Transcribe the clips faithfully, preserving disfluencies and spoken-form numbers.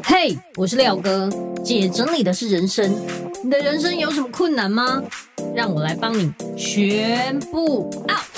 嘿，我是廖哥，姐整理的是人生。你的人生有什么困难吗？让我来帮你全部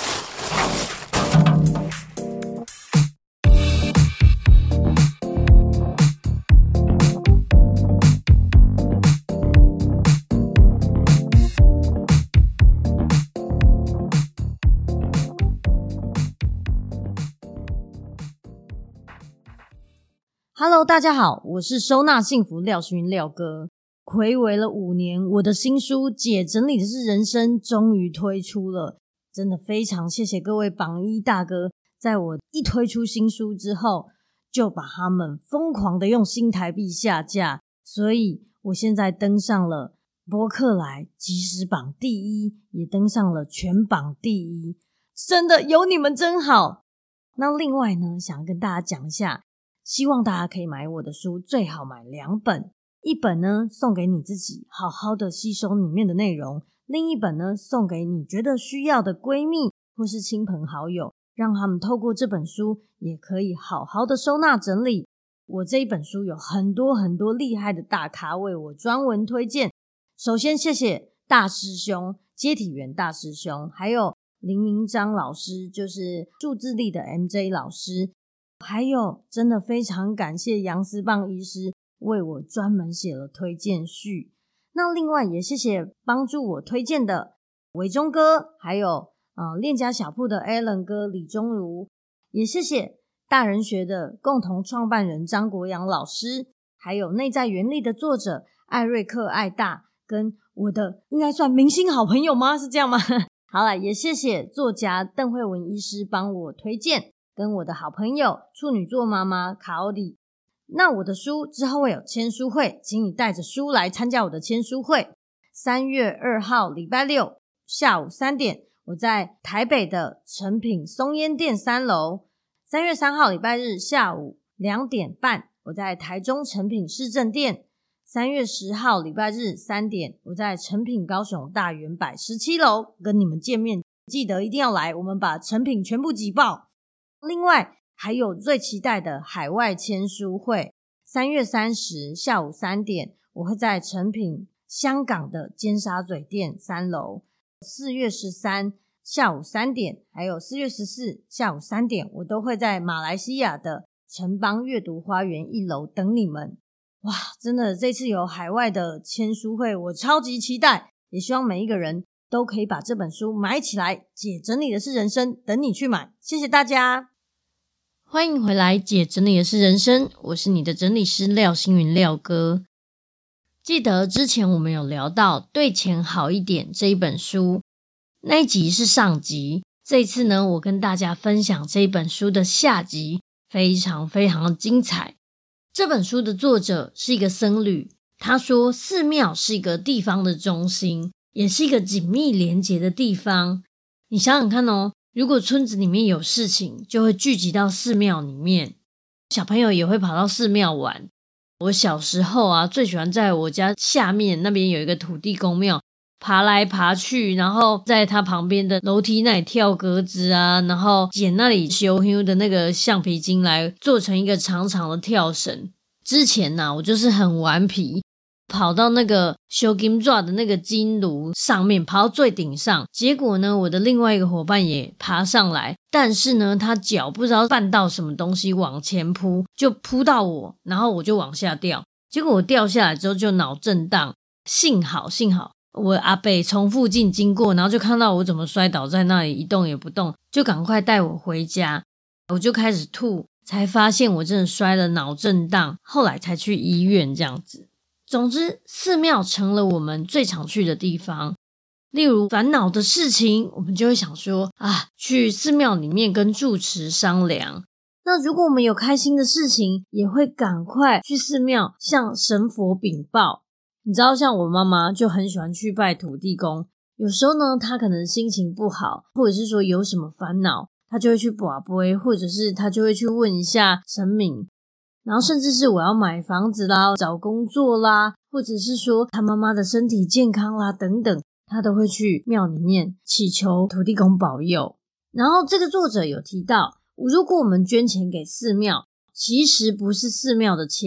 out。Hello， 大家好，我是收纳幸福廖星云廖哥。睽违了五年，我的新书《姐整理的是人生》终于推出了，真的非常谢谢各位榜一大哥，在我一推出新书之后，就把他们疯狂的用新台币下架，所以我现在登上了博客来即时榜第一，也登上了全榜第一，真的有你们真好。那另外呢，想跟大家讲一下，希望大家可以买我的书，最好买两本，一本呢送给你自己好好的吸收里面的内容，另一本呢送给你觉得需要的闺蜜或是亲朋好友，让他们透过这本书也可以好好的收纳整理。我这一本书有很多很多厉害的大咖为我专文推荐，首先谢谢大师兄接体员大师兄，还有林明章老师，就是数字力的 M J 老师，还有真的非常感谢杨思棒医师为我专门写了推荐序。那另外也谢谢帮助我推荐的伟忠哥，还有呃链家小铺的 Alan 哥李忠如，也谢谢大人学的共同创办人张国阳老师，还有内在原力的作者艾瑞克艾大，跟我的应该算明星好朋友吗？是这样吗？好啦，也谢谢作家邓慧文医师帮我推荐，跟我的好朋友处女座妈妈卡欧里。那我的书之后会有签书会，请你带着书来参加我的签书会。三月二号礼拜六下午三点，我在台北的诚品松烟店三楼。三月三号礼拜日下午两点半，我在台中诚品市政店。三月十号礼拜日三点，我在诚品高雄大圆柏十七楼跟你们见面，记得一定要来，我们把诚品全部挤爆。另外还有最期待的海外签书会，三月三十下午三点，我会在诚品香港的尖沙咀店三楼。四月十三下午三点，还有四月十四下午三点，我都会在马来西亚的城邦阅读花园一楼等你们。哇，真的这次有海外的签书会，我超级期待，也希望每一个人都可以把这本书买起来。姐整理的是人生，等你去买。谢谢大家，欢迎回来。姐整理的是人生，我是你的整理师廖星云廖哥。记得之前我们有聊到对钱好一点这一本书，那一集是上集，这一次呢我跟大家分享这一本书的下集，非常非常精彩。这本书的作者是一个僧侣，他说寺庙是一个地方的中心，也是一个紧密连结的地方。你想想看哦，如果村子里面有事情，就会聚集到寺庙里面，小朋友也会跑到寺庙玩。我小时候啊，最喜欢在我家下面那边有一个土地公庙，爬来爬去，然后在它旁边的楼梯那里跳格子啊，然后捡那里修修的那个橡皮筋来做成一个长长的跳绳。之前啊，我就是很顽皮，跑到那个修金爪的那个金炉上面，跑到最顶上，结果呢我的另外一个伙伴也爬上来，但是呢他脚不知道绊到什么东西往前扑，就扑到我，然后我就往下掉，结果我掉下来之后就脑震荡，幸好幸好我阿伯从附近经过，然后就看到我怎么摔倒在那里一动也不动，就赶快带我回家。我就开始吐，才发现我真的摔了脑震荡，后来才去医院这样子。总之，寺庙成了我们最常去的地方。例如烦恼的事情，我们就会想说啊，去寺庙里面跟住持商量。那如果我们有开心的事情，也会赶快去寺庙向神佛禀报。你知道像我妈妈就很喜欢去拜土地公，有时候呢她可能心情不好，或者是说有什么烦恼，她就会去跋杯，或者是她就会去问一下神明。然后甚至是我要买房子啦，找工作啦，或者是说她妈妈的身体健康啦等等，她都会去庙里面祈求土地公保佑。然后这个作者有提到，如果我们捐钱给寺庙，其实不是寺庙的钱，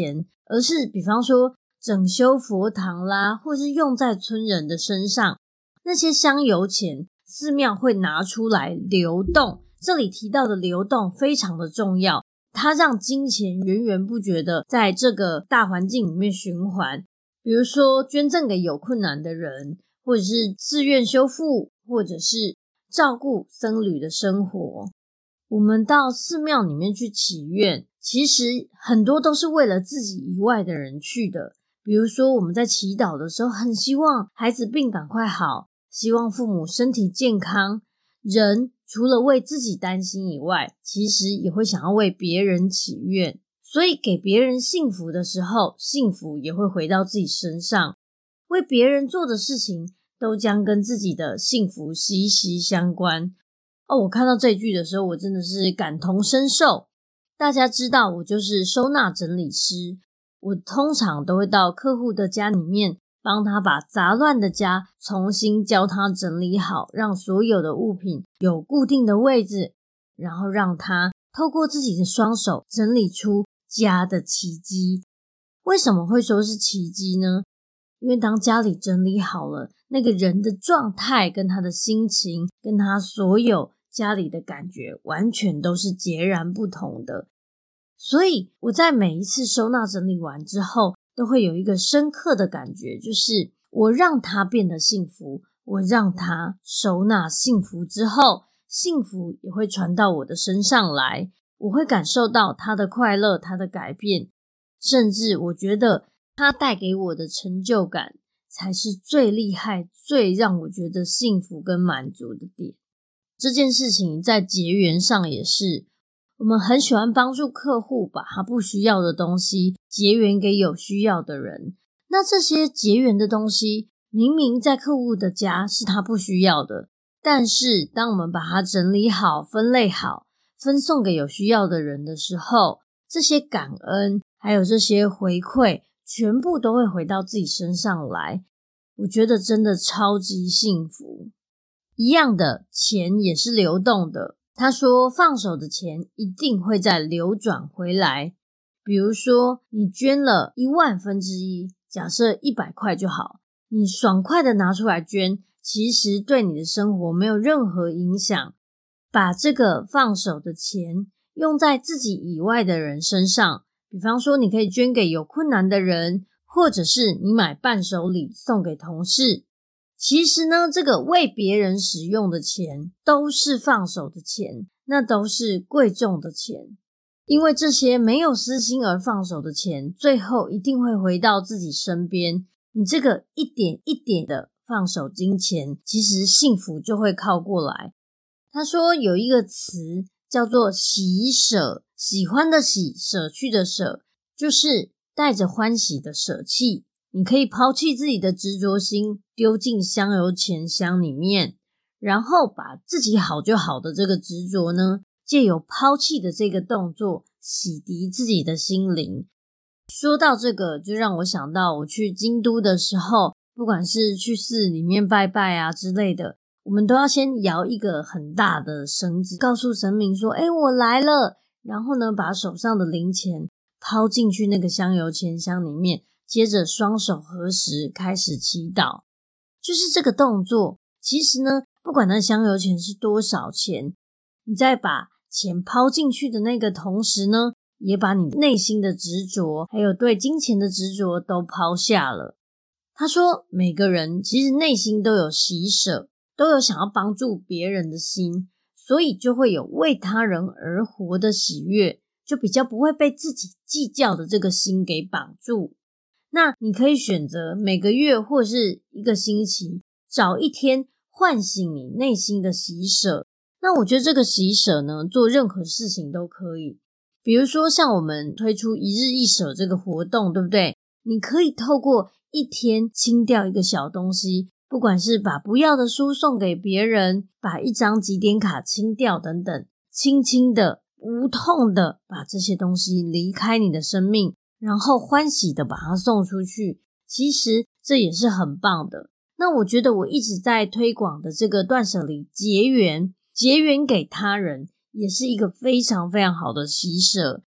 而是比方说整修佛堂啦，或是用在村人的身上。那些香油钱，寺庙会拿出来流动，这里提到的流动非常的重要，它让金钱源源不绝的在这个大环境里面循环。比如说捐赠给有困难的人，或者是寺院修复，或者是照顾僧侣的生活。我们到寺庙里面去祈愿，其实很多都是为了自己以外的人去的。比如说我们在祈祷的时候，很希望孩子病赶快好，希望父母身体健康。人除了为自己担心以外，其实也会想要为别人祈愿，所以给别人幸福的时候，幸福也会回到自己身上。为别人做的事情都将跟自己的幸福息息相关。哦，我看到这一句的时候，我真的是感同身受。大家知道我就是收纳整理师，我通常都会到客户的家里面，帮他把杂乱的家重新教他整理好，让所有的物品有固定的位置，然后让他透过自己的双手整理出家的奇迹。为什么会说是奇迹呢？因为当家里整理好了，那个人的状态跟他的心情，跟他所有家里的感觉完全都是截然不同的。所以我在每一次收纳整理完之后，都会有一个深刻的感觉，就是我让他变得幸福，我让他收纳幸福之后，幸福也会传到我的身上来，我会感受到他的快乐，他的改变，甚至我觉得他带给我的成就感才是最厉害，最让我觉得幸福跟满足的点。这件事情在结缘上也是，我们很喜欢帮助客户把他不需要的东西结缘给有需要的人。那这些结缘的东西明明在客户的家是他不需要的，但是当我们把它整理好，分类好，分送给有需要的人的时候，这些感恩还有这些回馈全部都会回到自己身上来。我觉得真的超级幸福。一样的，钱也是流动的，他说放手的钱一定会再流转回来。比如说你捐了一万分之一，假设一百块就好，你爽快的拿出来捐，其实对你的生活没有任何影响。把这个放手的钱用在自己以外的人身上，比方说你可以捐给有困难的人，或者是你买伴手礼送给同事。其实呢，这个为别人使用的钱都是放手的钱，那都是贵重的钱。因为这些没有私心而放手的钱，最后一定会回到自己身边。你这个一点一点的放手金钱，其实幸福就会靠过来。他说有一个词叫做喜舍，喜欢的喜，舍去的舍，就是带着欢喜的舍弃。你可以抛弃自己的执着心，丢进香油钱箱里面，然后把自己好就好的这个执着呢，借由抛弃的这个动作，洗涤自己的心灵。说到这个，就让我想到我去京都的时候，不管是去寺里面拜拜啊之类的，我们都要先摇一个很大的绳子，告诉神明说，诶，我来了，然后呢，把手上的零钱抛进去那个香油钱箱里面，接着双手合十开始祈祷。就是这个动作，其实呢，不管那香油钱是多少钱，你在把钱抛进去的那个同时呢，也把你内心的执着还有对金钱的执着都抛下了。他说每个人其实内心都有喜舍，都有想要帮助别人的心，所以就会有为他人而活的喜悦，就比较不会被自己计较的这个心给绑住。那你可以选择每个月或是一个星期找一天唤醒你内心的喜舍。那我觉得这个喜舍呢，做任何事情都可以。比如说像我们推出一日一舍这个活动，对不对？你可以透过一天清掉一个小东西，不管是把不要的书送给别人，把一张集点卡清掉等等，轻轻的无痛的把这些东西离开你的生命，然后欢喜的把它送出去，其实这也是很棒的。那我觉得我一直在推广的这个断舍离结缘，结缘给他人，也是一个非常非常好的喜舍。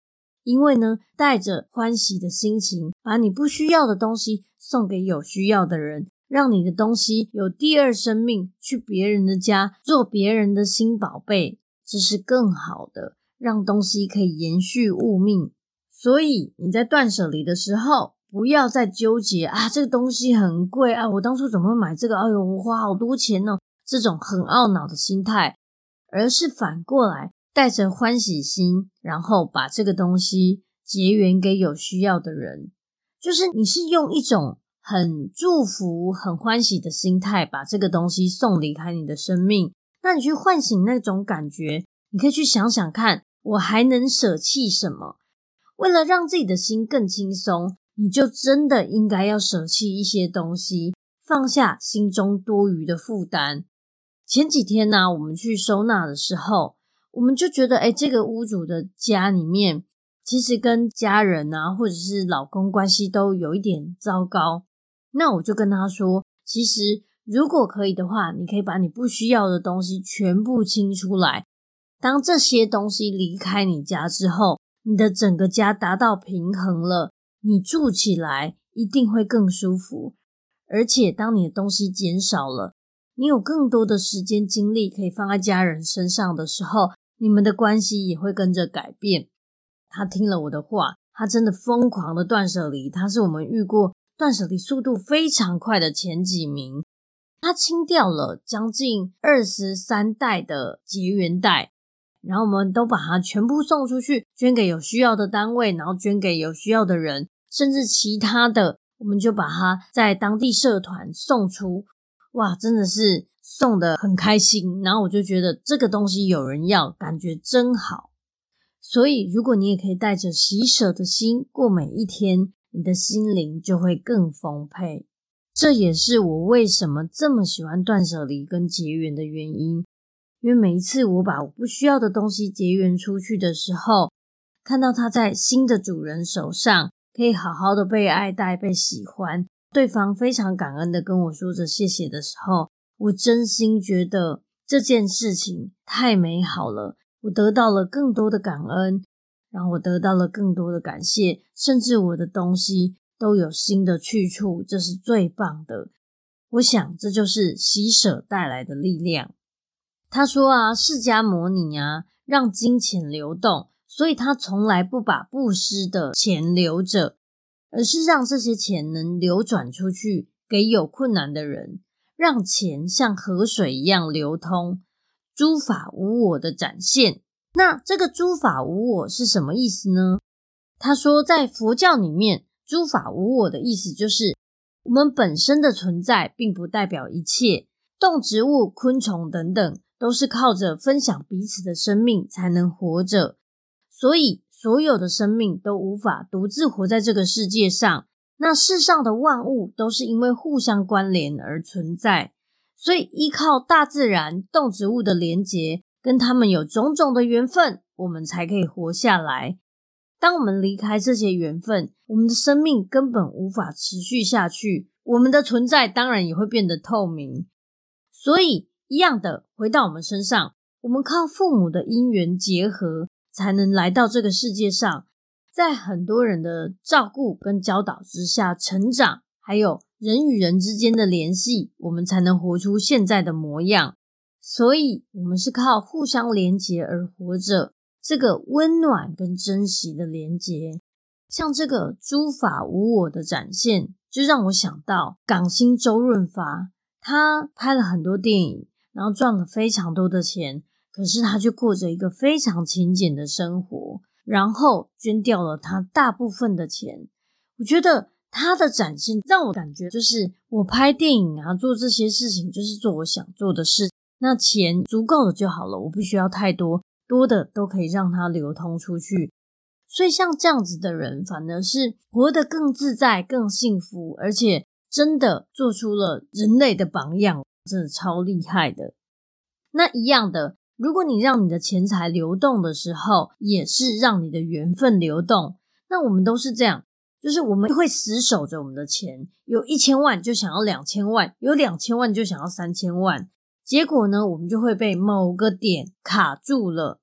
因为呢，带着欢喜的心情，把你不需要的东西送给有需要的人，让你的东西有第二生命，去别人的家做别人的新宝贝，这是更好的，让东西可以延续物命。所以你在断舍离的时候，不要再纠结啊，这个东西很贵啊，我当初怎么会买这个？哎呦，我花好多钱哦，这种很懊恼的心态，而是反过来带着欢喜心，然后把这个东西结缘给有需要的人。就是你是用一种很祝福、很欢喜的心态，把这个东西送离开你的生命。那你去唤醒那种感觉，你可以去想想看，我还能舍弃什么？为了让自己的心更轻松，你就真的应该要舍弃一些东西，放下心中多余的负担。前几天呢、啊，我们去收纳的时候，我们就觉得诶这个屋主的家里面其实跟家人啊或者是老公关系都有一点糟糕。那我就跟他说，其实如果可以的话，你可以把你不需要的东西全部清出来，当这些东西离开你家之后，你的整个家达到平衡了，你住起来一定会更舒服。而且当你的东西减少了，你有更多的时间精力可以放在家人身上的时候，你们的关系也会跟着改变。他听了我的话，他真的疯狂的断舍离，他是我们遇过断舍离速度非常快的前几名。他清掉了将近二十三袋的结缘袋，然后我们都把它全部送出去，捐给有需要的单位，然后捐给有需要的人，甚至其他的我们就把它在当地社团送出。哇，真的是送得很开心，然后我就觉得这个东西有人要，感觉真好。所以如果你也可以带着喜舍的心过每一天，你的心灵就会更丰沛。这也是我为什么这么喜欢断舍离跟结缘的原因，因为每一次我把我不需要的东西结缘出去的时候，看到它在新的主人手上可以好好的被爱戴、被喜欢，对方非常感恩的跟我说着谢谢的时候，我真心觉得这件事情太美好了。我得到了更多的感恩，然后我得到了更多的感谢，甚至我的东西都有新的去处，这是最棒的。我想这就是喜舍带来的力量。他说啊，释迦牟尼啊，让金钱流动，所以他从来不把布施的钱留着，而是让这些钱能流转出去给有困难的人，让钱像河水一样流通，诸法无我的展现。那这个诸法无我是什么意思呢？他说在佛教里面，诸法无我的意思就是我们本身的存在并不代表一切，动植物、昆虫等等都是靠着分享彼此的生命才能活着，所以所有的生命都无法独自活在这个世界上。那世上的万物都是因为互相关联而存在，所以依靠大自然、动植物的连结，跟他们有种种的缘分，我们才可以活下来。当我们离开这些缘分，我们的生命根本无法持续下去，我们的存在当然也会变得透明。所以一样的，回到我们身上，我们靠父母的因缘结合，才能来到这个世界上，在很多人的照顾跟教导之下成长，还有人与人之间的联系，我们才能活出现在的模样。所以我们是靠互相连结而活着，这个温暖跟珍惜的连结。像这个诸法无我的展现，就让我想到港星周润发，他拍了很多电影，然后赚了非常多的钱，可是他却过着一个非常勤俭的生活，然后捐掉了他大部分的钱。我觉得他的展现让我感觉就是我拍电影啊，做这些事情就是做我想做的事，那钱足够的就好了，我不需要太多，多的都可以让它流通出去。所以像这样子的人反而是活得更自在、更幸福，而且真的做出了人类的榜样，真的超厉害的。那一样的，如果你让你的钱财流动的时候，也是让你的缘分流动。那我们都是这样，就是我们会死守着我们的钱，有一千万就想要两千万，有两千万就想要三千万，结果呢，我们就会被某个点卡住了。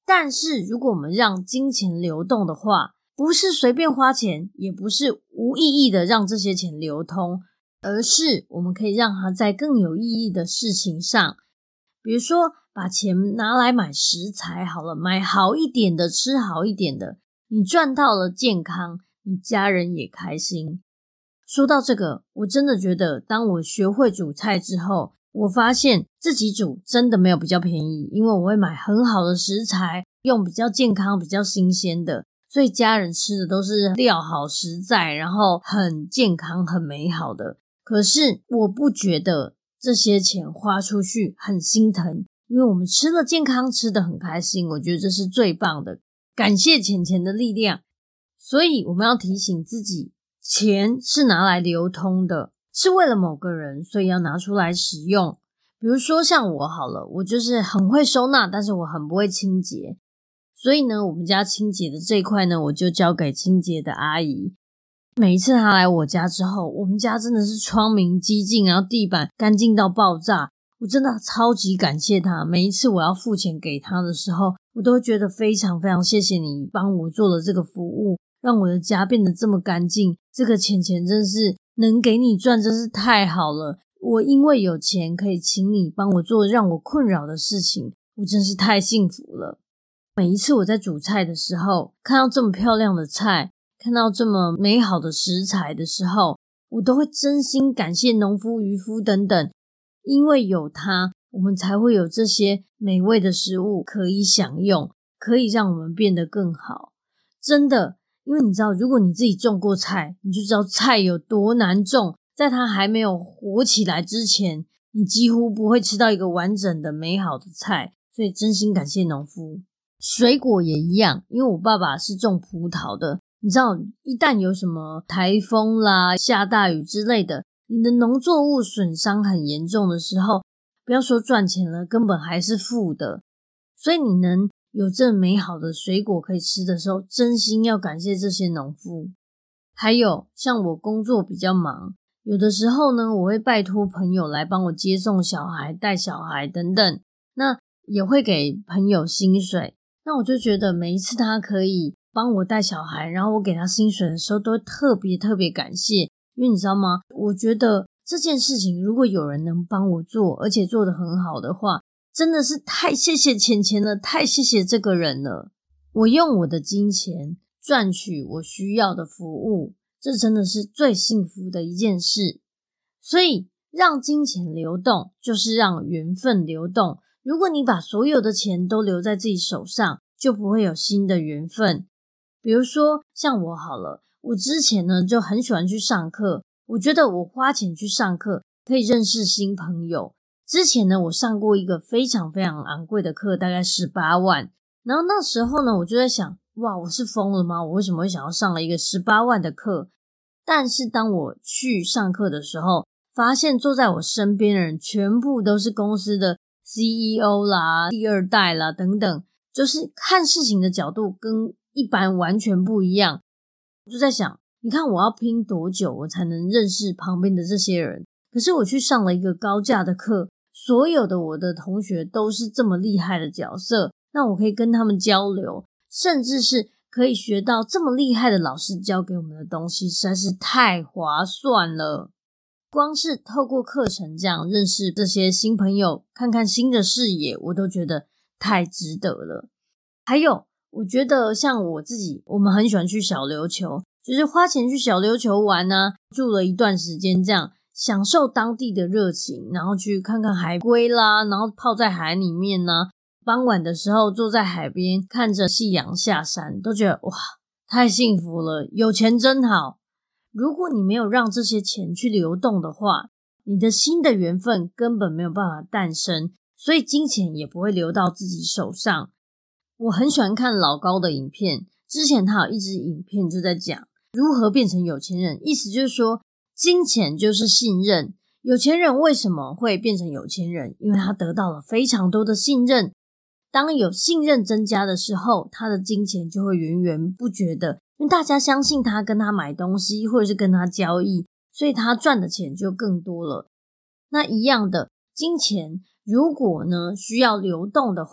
但是如果我们让金钱流动的话，不是随便花钱，也不是无意义的让这些钱流通，而是我们可以让它在更有意义的事情上，比如说把钱拿来买食材好了，买好一点的，吃好一点的，你赚到了健康，你家人也开心。说到这个，我真的觉得当我学会煮菜之后，我发现自己煮真的没有比较便宜，因为我会买很好的食材，用比较健康比较新鲜的，所以家人吃的都是料好实在，然后很健康很美好的。可是我不觉得这些钱花出去很心疼，因为我们吃了健康，吃得很开心，我觉得这是最棒的，感谢钱钱的力量。所以我们要提醒自己，钱是拿来流通的，是为了某个人，所以要拿出来使用。比如说像我好了，我就是很会收纳，但是我很不会清洁，所以呢我们家清洁的这一块呢，我就交给清洁的阿姨。每一次她来我家之后，我们家真的是窗明几净，然后地板干净到爆炸，我真的超级感谢她。每一次我要付钱给她的时候，我都会觉得非常非常谢谢你帮我做了这个服务，让我的家变得这么干净，这个钱钱真是能给你赚，真是太好了。我因为有钱可以请你帮我做让我困扰的事情，我真是太幸福了。每一次我在煮菜的时候，看到这么漂亮的菜，看到这么美好的食材的时候，我都会真心感谢农夫渔夫等等，因为有它，我们才会有这些美味的食物可以享用，可以让我们变得更好。真的，因为你知道，如果你自己种过菜，你就知道菜有多难种，在它还没有活起来之前，你几乎不会吃到一个完整的美好的菜，所以真心感谢农夫。水果也一样，因为我爸爸是种葡萄的，你知道一旦有什么台风啦、下大雨之类的，你的农作物损伤很严重的时候，不要说赚钱了，根本还是负的。所以你能有这美好的水果可以吃的时候，真心要感谢这些农夫。还有像我工作比较忙，有的时候呢，我会拜托朋友来帮我接送小孩、带小孩等等，那也会给朋友薪水。那我就觉得每一次他可以帮我带小孩，然后我给他薪水的时候，都会特别特别感谢。因为你知道吗，我觉得这件事情如果有人能帮我做，而且做得很好的话，真的是太谢谢钱钱了，太谢谢这个人了。我用我的金钱赚取我需要的服务，这真的是最幸福的一件事。所以让金钱流动，就是让缘分流动。如果你把所有的钱都留在自己手上，就不会有新的缘分。比如说像我好了，我之前呢就很喜欢去上课，我觉得我花钱去上课可以认识新朋友。之前呢我上过一个非常非常昂贵的课，大概十八万，然后那时候呢我就在想，哇，我是疯了吗？我为什么会想要上了一个十八万的课？但是当我去上课的时候，发现坐在我身边的人全部都是公司的 C E O 啦、第二代啦等等，就是看事情的角度跟一般完全不一样。我就在想，你看我要拼多久我才能认识旁边的这些人？可是我去上了一个高价的课，所有的我的同学都是这么厉害的角色，那我可以跟他们交流，甚至是可以学到这么厉害的老师教给我们的东西，实在是太划算了。光是透过课程这样认识这些新朋友，看看新的视野，我都觉得太值得了。还有我觉得像我自己，我们很喜欢去小琉球，就是花钱去小琉球玩啊，住了一段时间这样，享受当地的热情，然后去看看海龟啦，然后泡在海里面啊，傍晚的时候坐在海边看着夕阳下山，都觉得哇，太幸福了，有钱真好。如果你没有让这些钱去流动的话，你的新的缘分根本没有办法诞生，所以金钱也不会流到自己手上。我很喜欢看老高的影片，之前他有一支影片就在讲如何变成有钱人，意思就是说金钱就是信任。有钱人为什么会变成有钱人？因为他得到了非常多的信任。当有信任增加的时候，他的金钱就会源源不绝的，因为大家相信他，跟他买东西或者是跟他交易，所以他赚的钱就更多了。那一样的，金钱如果呢需要流动的话，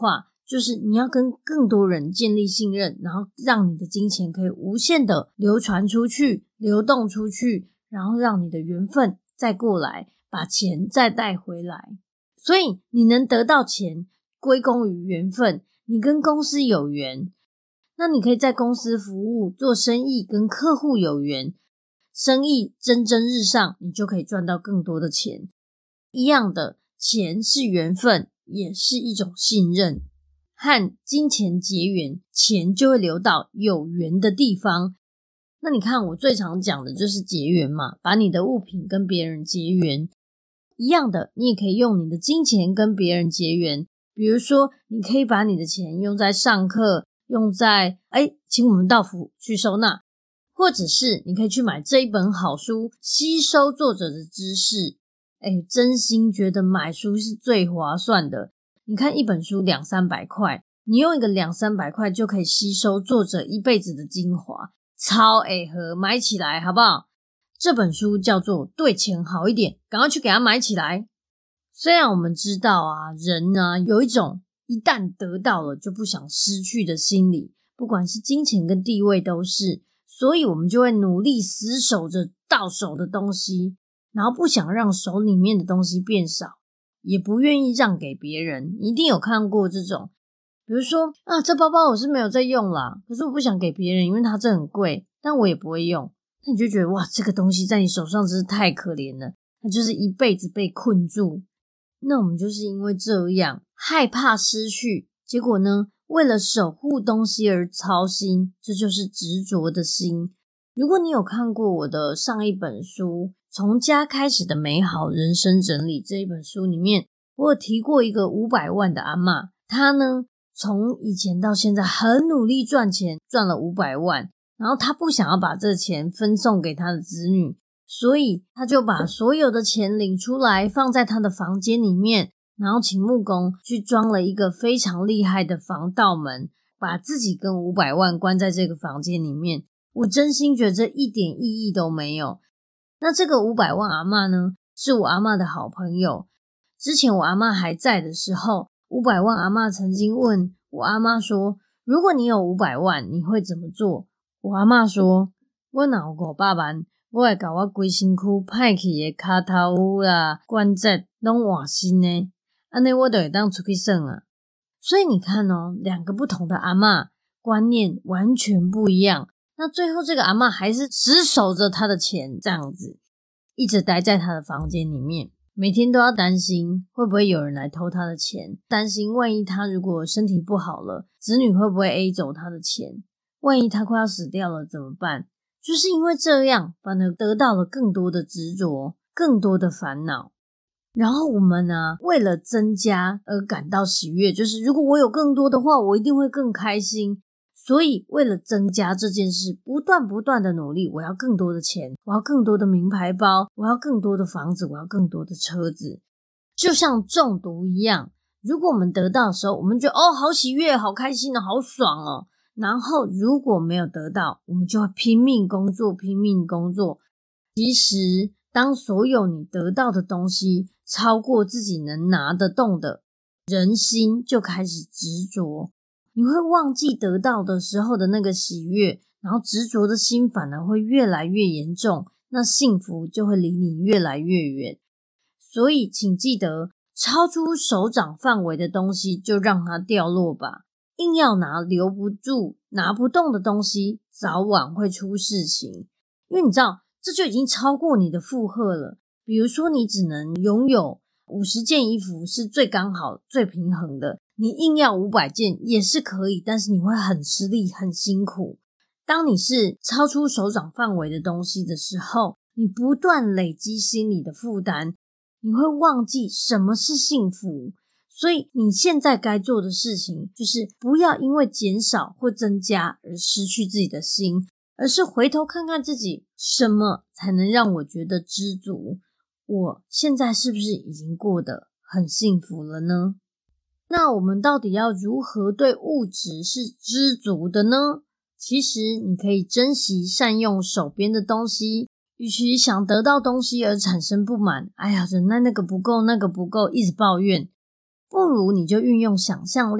就是你要跟更多人建立信任，然后让你的金钱可以无限的流传出去，流动出去，然后让你的缘分再过来，把钱再带回来。所以你能得到钱归功于缘分，你跟公司有缘，那你可以在公司服务做生意，跟客户有缘，生意蒸蒸日上，你就可以赚到更多的钱。一样的，钱是缘分，也是一种信任。和金钱结缘，钱就会流到有缘的地方。那你看我最常讲的就是结缘嘛，把你的物品跟别人结缘。一样的，你也可以用你的金钱跟别人结缘。比如说你可以把你的钱用在上课，用在诶请我们到府去收纳，或者是你可以去买这一本好书，吸收作者的知识。诶真心觉得买书是最划算的。你看一本书两三百块，你用一个两三百块就可以吸收作者一辈子的精华，超会合，买起来好不好？这本书叫做《对钱好一点》，赶快去给它买起来。虽然我们知道啊，人啊有一种一旦得到了就不想失去的心理，不管是金钱跟地位都是，所以我们就会努力死守着到手的东西，然后不想让手里面的东西变少，也不愿意让给别人。你一定有看过这种，比如说啊，这包包我是没有在用啦，可是我不想给别人，因为它真的很贵，但我也不会用。那你就觉得哇，这个东西在你手上真是太可怜了，它就是一辈子被困住。那我们就是因为这样害怕失去，结果呢，为了守护东西而操心，这就是执着的心。如果你有看过我的上一本书从家开始的美好人生整理这一本书里面，我有提过一个五百万的阿嬷，她呢从以前到现在很努力赚钱，赚了五百万，然后她不想要把这钱分送给她的子女，所以她就把所有的钱领出来放在她的房间里面，然后请木工去装了一个非常厉害的防盗门，把自己跟五百万关在这个房间里面。我真心觉得这一点意义都没有。那这个五百万阿嬷呢，是我阿嬷的好朋友。之前我阿嬷还在的时候，五百万阿嬷曾经问我阿嬷说，如果你有五百万你会怎么做？我阿嬷说，我若有五百万，我会把我规身躯歹去的脚头啦、关节拢换新的，这样我就会当出去耍啊。所以你看哦，两个不同的阿嬷观念完全不一样。那最后这个阿嬷还是死守着她的钱，这样子一直待在她的房间里面，每天都要担心会不会有人来偷她的钱，担心万一她如果身体不好了，子女会不会 A 走她的钱，万一她快要死掉了怎么办？就是因为这样，反而得到了更多的执着，更多的烦恼。然后我们呢，为了增加而感到喜悦，就是如果我有更多的话，我一定会更开心。所以为了增加这件事，不断不断的努力，我要更多的钱，我要更多的名牌包，我要更多的房子，我要更多的车子。就像中毒一样，如果我们得到的时候，我们觉得哦好喜悦，好开心哦，好爽哦。然后如果没有得到，我们就会拼命工作，拼命工作。其实当所有你得到的东西超过自己能拿得动的，人心就开始执着。你会忘记得到的时候的那个喜悦，然后执着的心反而会越来越严重，那幸福就会离你越来越远。所以请记得，超出手掌范围的东西就让它掉落吧，硬要拿留不住拿不动的东西，早晚会出事情。因为你知道这就已经超过你的负荷了。比如说你只能拥有五十件衣服是最刚好最平衡的，你硬要五百件也是可以，但是你会很吃力很辛苦。当你是超出手掌范围的东西的时候，你不断累积心理的负担，你会忘记什么是幸福。所以你现在该做的事情就是不要因为减少或增加而失去自己的心，而是回头看看自己什么才能让我觉得知足，我现在是不是已经过得很幸福了呢？那我们到底要如何对物质是知足的呢？其实你可以珍惜善用手边的东西，与其想得到东西而产生不满，哎呀忍耐那个不够那个不够一直抱怨，不如你就运用想象力，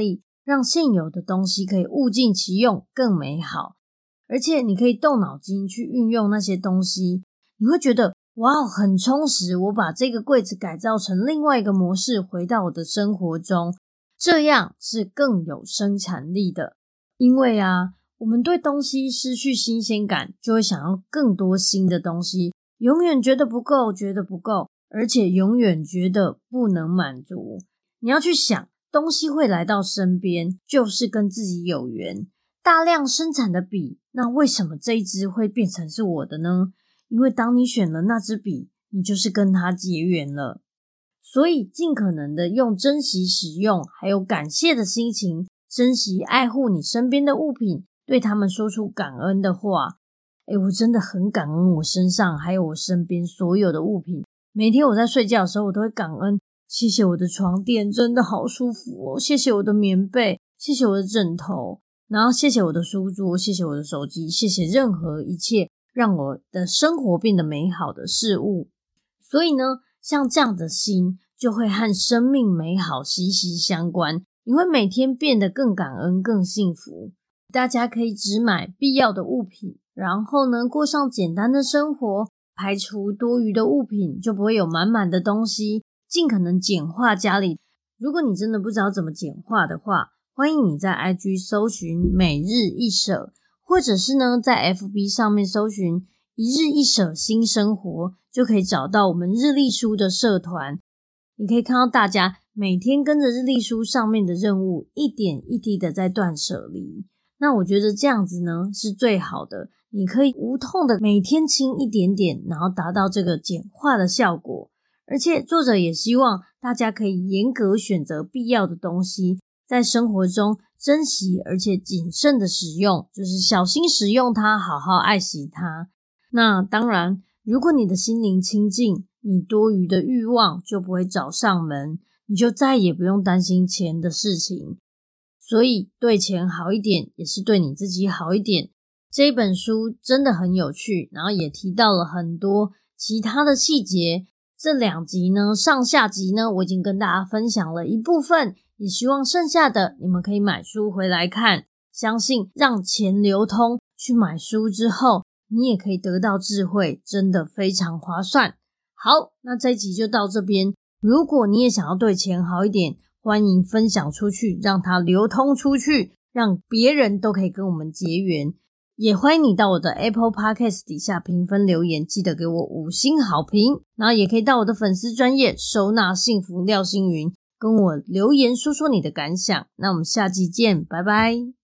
让现有的东西可以物尽其用，更美好。而且你可以动脑筋去运用那些东西，你会觉得哇，很充实，我把这个柜子改造成另外一个模式，回到我的生活中，这样是更有生产力的。因为啊，我们对东西失去新鲜感，就会想要更多新的东西，永远觉得不够，觉得不够，而且永远觉得不能满足。你要去想，东西会来到身边，就是跟自己有缘。大量生产的笔，那为什么这一支会变成是我的呢？因为当你选了那支笔，你就是跟它结缘了。所以尽可能的用珍惜使用还有感谢的心情，珍惜爱护你身边的物品，对他们说出感恩的话。诶，我真的很感恩我身上还有我身边所有的物品。每天我在睡觉的时候，我都会感恩，谢谢我的床垫真的好舒服哦，谢谢我的棉被，谢谢我的枕头，然后谢谢我的书桌，谢谢我的手机，谢谢任何一切让我的生活变得美好的事物。所以呢，像这样的心就会和生命美好息息相关，你会每天变得更感恩更幸福。大家可以只买必要的物品，然后呢过上简单的生活，排除多余的物品，就不会有满满的东西，尽可能简化家里。如果你真的不知道怎么简化的话，欢迎你在 I G 搜寻每日一舍，或者是呢在 F B 上面搜寻一日一舍新生活，就可以找到我们日历书的社团。你可以看到大家每天跟着日历书上面的任务，一点一滴的在断舍离。那我觉得这样子呢是最好的，你可以无痛的每天清一点点，然后达到这个简化的效果。而且作者也希望大家可以严格选择必要的东西，在生活中珍惜而且谨慎的使用，就是小心使用它，好好爱惜它。那当然，如果你的心灵清净，你多余的欲望就不会找上门，你就再也不用担心钱的事情。所以对钱好一点，也是对你自己好一点。这一本书真的很有趣，然后也提到了很多其他的细节。这两集呢，上下集呢，我已经跟大家分享了一部分，也希望剩下的你们可以买书回来看。相信让钱流通，去买书之后，你也可以得到智慧，真的非常划算。好，那这一集就到这边。如果你也想要对钱好一点，欢迎分享出去，让它流通出去，让别人都可以跟我们结缘。也欢迎你到我的 Apple Podcast 底下评分留言，记得给我五星好评。然后也可以到我的粉丝专页收纳幸福廖星云，跟我留言说说你的感想。那我们下集见，拜拜。